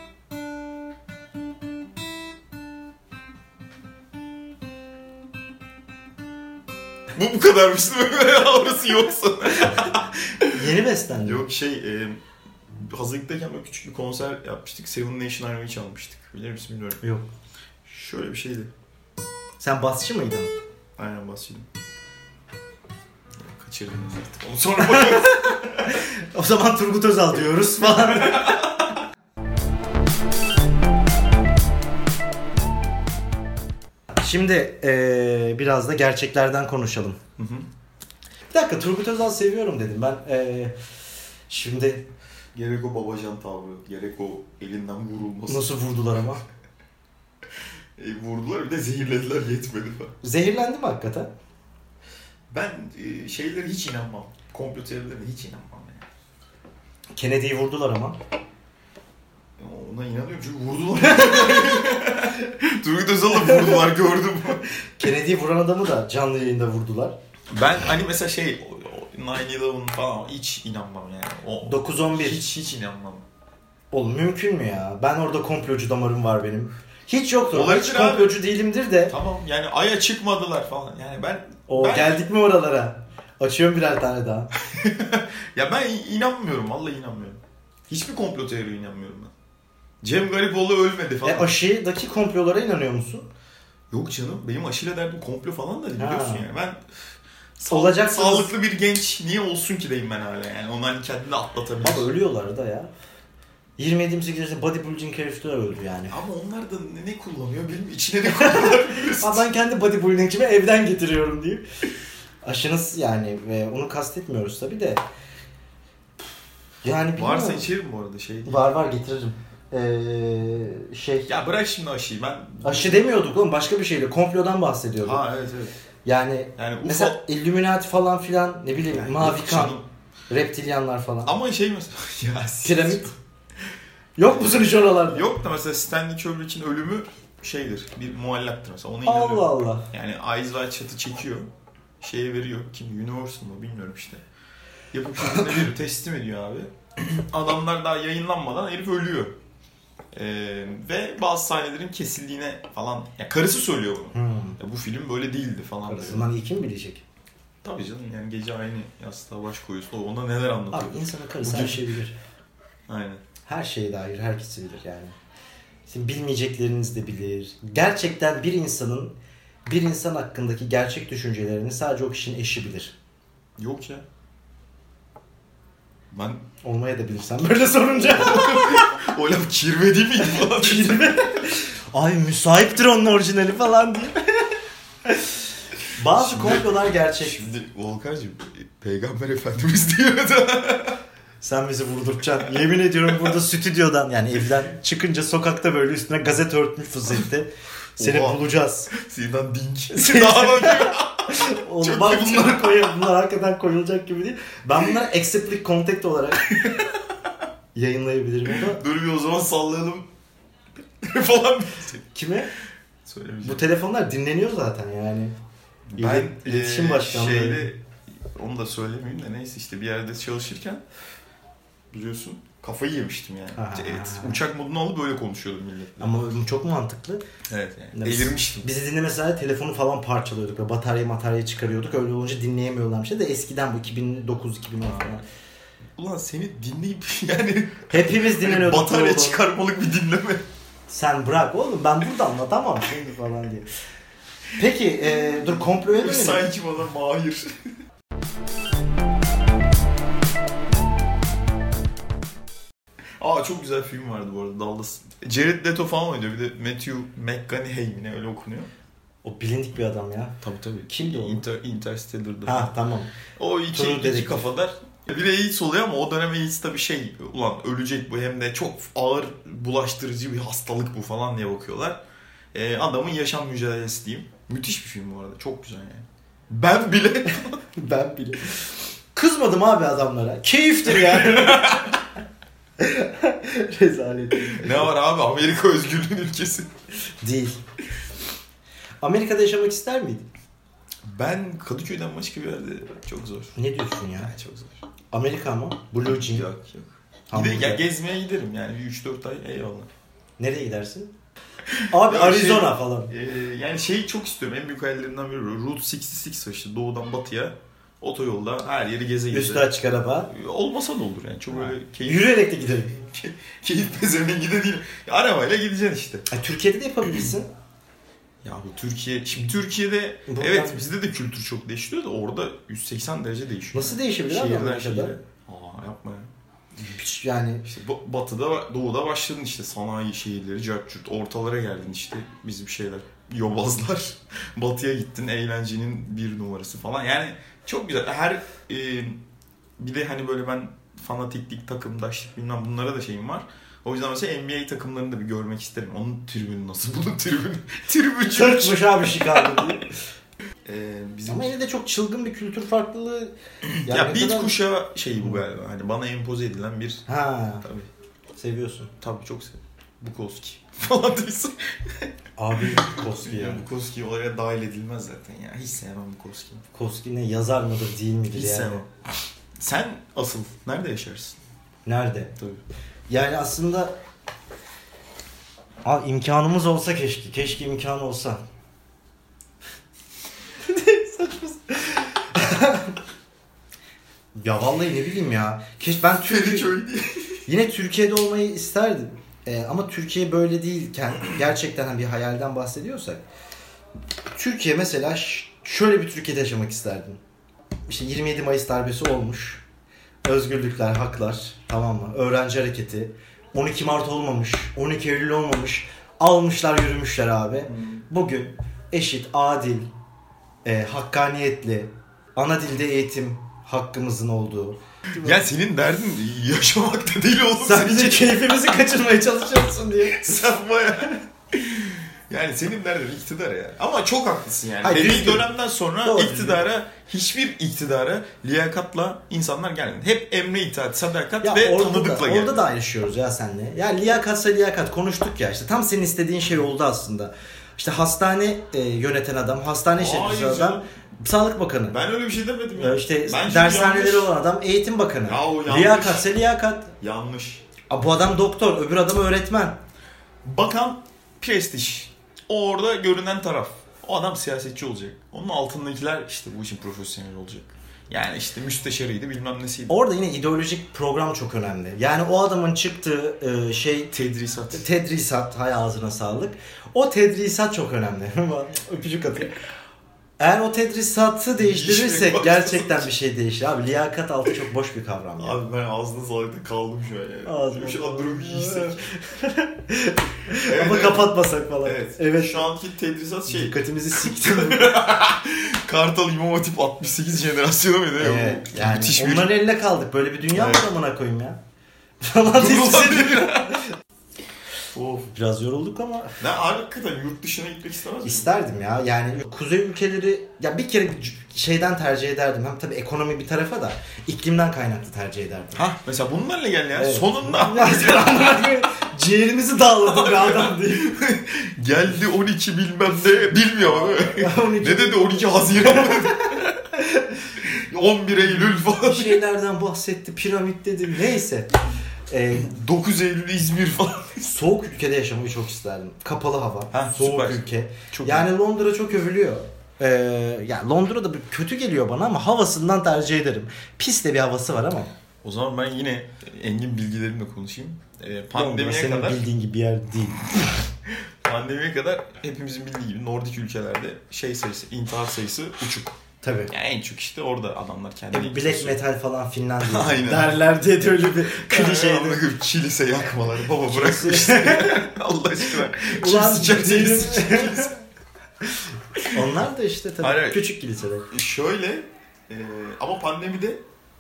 Bu kadarmış değil mi? Orası yoksa. Yeni beslendi. Yok hazırlıktayken böyle küçük bir konser yapmıştık. Seven Nation Army'yi çalmıştık. Bilir misin bilmiyorum. Yok. Şöyle bir şeydi. Sen basçı mıydın? Aynen basıyordum. Kaçırdınız artık. Onu sonra bakarız. O zaman Turgut Özal diyoruz falan. Şimdi biraz da gerçeklerden konuşalım. Hı hı. Bir dakika Turgut Özal seviyorum dedim. Ben şimdi... Gerek o babacan tavrı, gerek o elinden vurulması. Nasıl vurdular ama? Vurdular bir de zehirlediler yetmedi falan. Zehirlendi mi hakikaten? Ben şeylere hiç inanmam. Komplo teorilerine hiç inanmam yani. Kennedy'yi vurdular ama. Ona inanıyorum çünkü vurdular. Turgut Özal'ı vurdular gördüm. Kennedy'yi vuran adamı da canlı yayında vurdular. Ben hani mesela 9/11 falan hiç inanmam yani. 9/11. Hiç inanmam. Oğlum mümkün mü ya? Ben orada komplocu damarım var benim. Hiç yoktur. Olabilir Hiç komplocu değilimdir de. Tamam yani Ay'a çıkmadılar falan. Yani ben geldik mi oralara? Açıyorum birer tane daha. Ya ben inanmıyorum. Vallahi inanmıyorum. Hiçbir komplo teoriye inanmıyorum ben. Cem Garipoğlu ölmedi falan. Aşıdaki komplolara inanıyor musun? Yok canım. Benim aşıyla derdim komplo falan da değil biliyorsun yani. Ben sağlıklı bir genç niye olsun ki deyim ben hala yani. Onu hani kendini atlatabilir. Abi ölüyorlar da ya. 27-28 yaşında bodybuilding herifler öldü yani. Ama onlar da ne kullanıyor bilmiyorum. İçine ne kullanıyorlar bilmiyorsun. Ben kendi bodybuilding'imi evden getiriyorum diye. Aşınız yani ve onu kastetmiyoruz tabii de. Yani bilmiyorum. Varsa içerim bu arada şey değil. Var getiririm. Ya bırak şimdi aşıyı ben... Aşı demiyorduk oğlum başka bir şeydi. Komplodan bahsediyorduk. Ha evet. Yani mesela Illuminati falan filan ne bileyim yani mavi kan, reptilyanlar falan. Ama mesela... ya, piramit. Yok musun hiç oralarda? Yok da mesela Stanley Kubrick'in ölümü şeydir. Bir muallakdır mesela. Ona inanıyorum. Allah Allah. Yani Eyes Wide Shut'ı çekiyor. Şeye veriyor. Kim? Universal mı? Bilmiyorum işte. Yapıp şirketine veriyor. Teslim ediyor abi. adamlar daha yayınlanmadan herif ölüyor. Ve bazı sahnelerin kesildiğine falan... Ya karısı söylüyor bunu. Ya bu film böyle değildi falan. Karısından iyi kim bilecek? Tabii canım, yani gece aynı yastığa baş koyuyorsun. Ona neler anlatıyor. Abi insanın karısı her şeyi bilir. Aynen. Her şeye dair herkesi bilir yani. Sizin bilmeyecekleriniz de bilir. Gerçekten bir insan hakkındaki gerçek düşüncelerini sadece o kişinin eşi bilir. Yok ya. Ben... Olmaya da bilirsen böyle sorunca. O laf kirve değil miydi falan? Kirve. Ay müsaiptir onun orijinali falan diye. Bazı komplolar gerçek. Şimdi Volkan'cığım Peygamber Efendimiz diyor da. Sen bizi vurduracaksın. Yemin ediyorum burada stüdyodan yani evden çıkınca sokakta böyle üstüne gazete örtmüş vaziyette. Seni bulacağız. Sinan Dink. Oğlum bak bunları koyuyor. Bunlar hakikaten koyulacak gibi değil. Ben bunları explicit content olarak yayınlayabilirim ama. Dur bir o zaman sallayalım. falan. Kime? Söylemeyeceğim. Bu telefonlar dinleniyor zaten yani. Ben iletişim başkanlığı. Onu da söylemeyeyim de neyse işte bir yerde çalışırken biliyorsun kafayı yemiştim yani. Evet, uçak modunu alıp böyle konuşuyordum milletle. Ama çok mantıklı. Evet yani. Delirmiştim. Bizi dinle mesela telefonu falan parçalıyorduk ve bataryayı çıkarıyorduk. Öyle olunca dinleyemiyorlarmış de eskiden bu 2009-2010 falan. Ulan seni dinleyip yani hepimiz dinleniyorduk. Batarya çıkarmalık bir dinleme. Sen bırak oğlum ben burada anlatamam şimdi falan diye. Peki dur komploya dönelim. Sanki bana mahir. Çok güzel film vardı bu arada Dallas. Jared Leto falan oynuyor. Bir de Matthew McConaughey mi ne öyle okunuyor. O bilindik bir adam ya. Tabii. Kimdi o? Interstellar'da. Ha tamam. O iki kafadar. Bir de AIDS oluyor ama o dönem AIDS tabii ulan ölecek bu hem de çok ağır bulaştırıcı bir hastalık bu falan diye bakıyorlar. Adamın yaşam mücadelesi diyeyim. Müthiş bir film bu arada. Çok güzel yani. Ben bile. Kızmadım abi adamlara. Keyiftir yani. Rezalet. Ne var abi? Amerika özgürlüğün ülkesi. Değil. Amerika'da yaşamak ister miydin? Ben Kadıköy'den başka bir yerde çok zor. Ne diyorsun ya? Çok zor. Amerika mı? Blue Jean. Yok. Ya gezmeye giderim yani 3-4 ay eyvallah. Nereye gidersin? Abi Arizona falan. Yani çok istiyorum. En büyük hayallerimden biri Route 66 işte doğudan batıya otoyolda her yeri geze. Üstü açık araba. Olmasa da olur yani. Çok böyle keyif. Yürüyerek de gidelim. Keyif pezevengi değil. Arabayla gideceksin işte. Türkiye'de de yapabilirsin. Ya bu Türkiye, şimdi Türkiye'de evet bizde de kültür çok değişiyor da orada 180 derece değişiyor. Nasıl değişebilir abi Amerika'da? Yapma ya. Yani işte batıda, doğuda başladın işte sanayi şehirleri, cart ortalara geldin işte bizim şeyler, yobazlar. Batıya gittin, eğlencenin bir numarası falan. Yani çok güzel. Bir de hani böyle ben fanatiklik, takımdaşlık bilmem bunlara da şeyim var. O yüzden mesela NBA takımlarını da bir görmek isterim. Onun tribünü nasıl? Bunun tribün çökmüş abi Chicago diye. Ama yine de çok çılgın bir kültür farklılığı. Yani ya beat kuşağı bu galiba. Hani bana empoze edilen bir... Tabii. Seviyorsun. Tabii çok seviyorum. Bukowski falan değilsin. Abi Bukowski ya. Bukowski olaya dahil edilmez zaten ya. Hiç sevmem Bukowski'yi. Bukowski ne yazar mıdır değil midir hiç yani? Sevmem. Sen asıl nerede yaşarsın? Nerede? Tabii. Yani aslında imkanımız olsa keşke. Keşke imkanı olsa. Saçma. Ya vallahi ne bileyim ya. Ben yine Türkiye'de olmayı isterdim. Ama Türkiye böyle değilken gerçekten bir hayalden bahsediyorsak Türkiye mesela şöyle bir Türkiye'de yaşamak isterdim. İşte 27 Mayıs darbesi olmuş. Özgürlükler, haklar, tamam mı? Öğrenci hareketi. 12 Mart olmamış, 12 Eylül olmamış. Almışlar, yürümüşler abi. Bugün eşit, adil, hakkaniyetli, ana dilde eğitim hakkımızın olduğu. Ya senin derdin yaşamak da değil oğlum. Sen bize keyfimizi kaçırmaya çalışıyorsun diye. Sen baya... Yani senin derdin iktidar ya. Ama çok haklısın yani. Belli dönemden sonra hiçbir iktidara liyakatla insanlar gelmedi. Hep emre itaat, sadakat ya ve tanıdıkla geldi. Orada da ayrışıyoruz ya seninle. Ya liyakatsa liyakat konuştuk ya işte. Tam senin istediğin şey oldu aslında. İşte hastane yöneten adam, hastane işletmesi adam Sağlık Bakanı. Ben öyle bir şey demedim ya. İşte Bence dershaneleri olan adam Eğitim Bakanı. Ya o yanlış. Liyakatse liyakat. Yanlış. Bu adam doktor, öbür adam öğretmen. Bakan prestij. O orada görünen taraf. O adam siyasetçi olacak. Onun altındakiler işte bu işin profesyonel olacak. Yani işte müsteşarıydı bilmem nesiydi. Orada yine ideolojik program çok önemli. Yani o adamın çıktığı tedrisat, hay ağzına sağlık. O tedrisat çok önemli. Öpücük atayım. Eğer o tedrisatı değiştirirsek gerçekten bir şey değişir. Abi liyakat altı çok boş bir kavram. Yani. Abi ben ağzına sağlıkta kaldım şu an yani. Ağzına şu an durum giysek. Ama kapatmasak falan. Evet. Şu anki tedrisat dikkatimizi sikti. Kartal İmam Hatip 68 jenerasyonu muydu? Evet. Yani onların eline kaldık. Böyle bir dünya mı amına koyayım ya? Of. Biraz yorulduk ama. Ben hakikaten yurt dışına gitmek istemez miyim? İsterdim ya. Yani kuzey ülkeleri ya bir kere şeyden tercih ederdim. Hem tabii ekonomi bir tarafa da iklimden kaynaklı tercih ederdim. Mesela bunlarla gel ya. Evet. Sonunda. Ciğerimizi dağladı bir adam değil. Geldi 12 bilmem ne bilmiyor. Ne dedi 12 Haziran mı dedi? 11 Eylül falan. Şeylerden bahsetti. Piramit dedi. Neyse. 9 Eylül İzmir falan. Soğuk ülkede yaşamayı çok isterdim. Kapalı hava. Soğuk süper. Ülke. Çok yani iyi. Londra çok övülüyor. Yani Londra'da kötü geliyor bana ama havasından tercih ederim. Pis de bir havası var ama. O zaman ben yine engin bilgilerimle konuşayım. Pandemiye senin kadar bildiğin gibi bir yer değil. Pandemiye kadar hepimizin bildiği gibi Nordik ülkelerde intihar sayısı uçuk. Tabii. Yani en çok işte orada adamlar kendini black metal falan Finlandiya Aynen. derler diye de öyle bir klişeydi. Kilise yakmaları baba bırakmış. Allah aşkına. Ulan onlar da işte tabii hayır, küçük kiliseler. Şöyle ama pandemide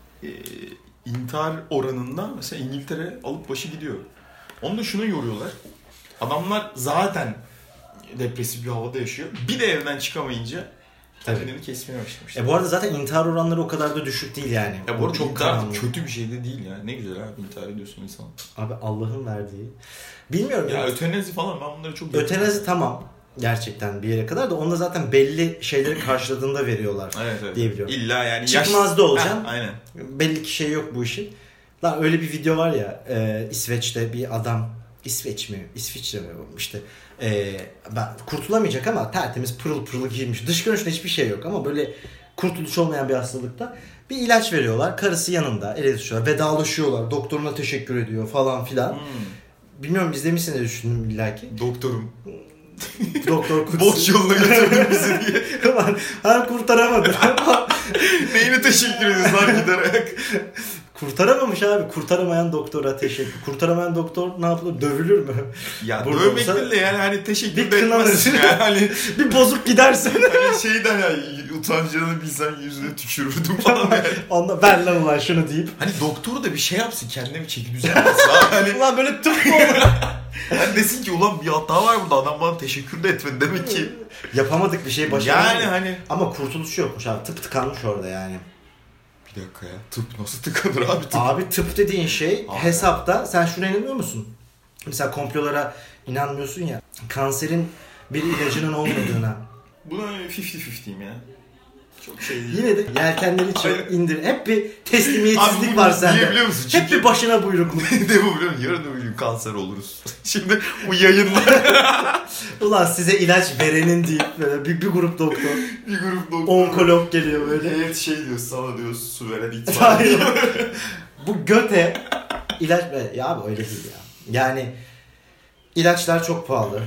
intihar oranında mesela İngiltere alıp başı gidiyor. Onu da şunu yoruyorlar. Adamlar zaten depresif bir havada yaşıyor. Bir de evden çıkamayınca kendini kesmeye başlamışlar. Bu arada zaten intihar oranları o kadar da düşük değil yani. Bu arada çok kötü bir şey de değil yani. Ne güzel abi intihar ediyorsun insan. Abi Allah'ın verdiği. Bilmiyorum ya. Ötenazi falan ben bunları çok ötenazi tamam. Gerçekten bir yere kadar da onda zaten belli şeyleri karşıladığında veriyorlar diye biliyorum. İlla yani çıkmaz da olacaksın. Aynen. Belli ki şey yok bu işin. Lan öyle bir video var ya İsveç'te bir adam İsviçre mi işte ben kurtulamayacak ama tertemiz pırıl pırıl giymiş. Dış görünüşte hiçbir şey yok ama böyle kurtuluş olmayan bir hastalıkta bir ilaç veriyorlar. Karısı yanında el ele tutuşuyorlar. Vedalaşıyorlar. Doktoruna teşekkür ediyor falan filan. Bilmiyorum izlemişsin de düşündüm illaki. Doktorum. Doktor Kutsi. Boş yoluna götürdün bizi diye. Lan hem kurtaramadı. Neyine teşekkür ediyorsun lan giderek. Kurtaramamış abi. Kurtaramayan doktora teşekkür. Kurtaramayan doktor ne yapılır? Dövülür mü? Ya dövmek değil de yani hani teşekkür etmezsin. Yani hani bir bozuk gidersen. Hani şeyden ya utancını bilsen yüzüne tükürürdüm falan yani. Onda ver lan ulan şunu deyip. Hani doktoru da bir şey yapsın kendine bir çeki düzen yapsın. Hani... ulan böyle tıp mı olur? Hani desin ki ulan bir hata var burada adam bana teşekkür de etmedi demek ki. Yapamadık bir şey başaramadık. Yani hani. Ama kurtuluş yokmuş abi. Tıp tıkanmış orada yani. Bir dakika ya. Tıp nasıl tıkanır abi? Abi tıp dediğin şey hesapta. Sen şuna inanıyor musun? Mesela komplolara inanmıyorsun ya. Kanserin bir ilacının olmadığına. Buna 50-50'yim ya. Çok şey değil. Yine de yelkenleri çok indir. Hep bir teslimiyetsizlik var sende. Niye biliyor musun? Çünkü... Hep bir başına buyruklu. Ne bu biliyor musun? Yarın öbür gün kanser oluruz. Şimdi bu yayınlar. Ulan size ilaç verenin deyip böyle bir grup doktor. Bir grup doktor. Onkolog geliyor böyle. Evet şey diyor sana diyor su veren itfaiye. Bu göte ilaç ya abi öyle değil ya. Yani ilaçlar çok pahalı.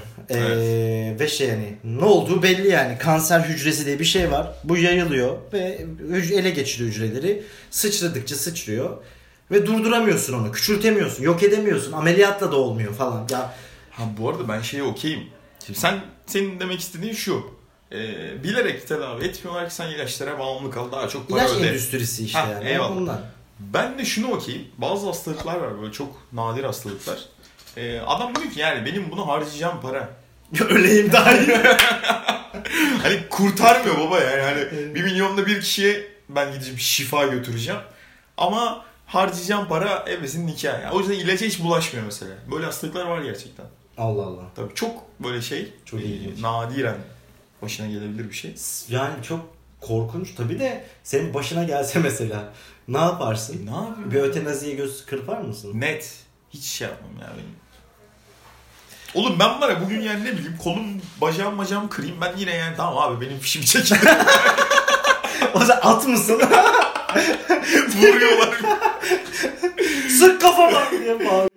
Ve şey yani ne olduğu belli yani. Kanser hücresi diye bir şey var. Bu yayılıyor ve ele geçiriyor hücreleri. Sıçradıkça sıçrıyor. Ve durduramıyorsun onu. Küçültemiyorsun. Yok edemiyorsun. Ameliyatla da olmuyor falan. Ya bu arada ben şeye okeyim. Şimdi senin demek istediğin şu. Bilerek tedavi etmiyorlar ki sen ilaçlara bağımlı kal. Daha çok para İlaç öde. endüstrisi işte yani. Eyvallah. Ondan. Ben de şunu okeyim. Bazı hastalıklar var böyle çok nadir hastalıklar. Adam diyor ki yani benim bunu harcayacağım para. Öleyim daha iyi. Hani kurtarmıyor baba yani. Hani 1 milyonda bir kişiye ben gideceğim şifa götüreceğim. Ama harcayacağım para evesin nikah. Yani. O yüzden ilaca hiç bulaşmıyor mesela. Böyle hastalıklar var gerçekten. Allah Allah. Tabii çok böyle şey. Çok nadiren başına gelebilir bir şey. Yani çok Korkunç tabii de senin başına gelse mesela ne yaparsın? Ne yapayım? Bir ötenaziye göz kırpar mısın? Net. Hiç şey yapmam ya benim. Oğlum ben var ya bugün yani ne bileyim kolum bacağım kırayım ben yine yani tamam abi benim fişimi çekin. O zaman at mısın? Vuruyorlar. Sık kafama diye bağırıyor.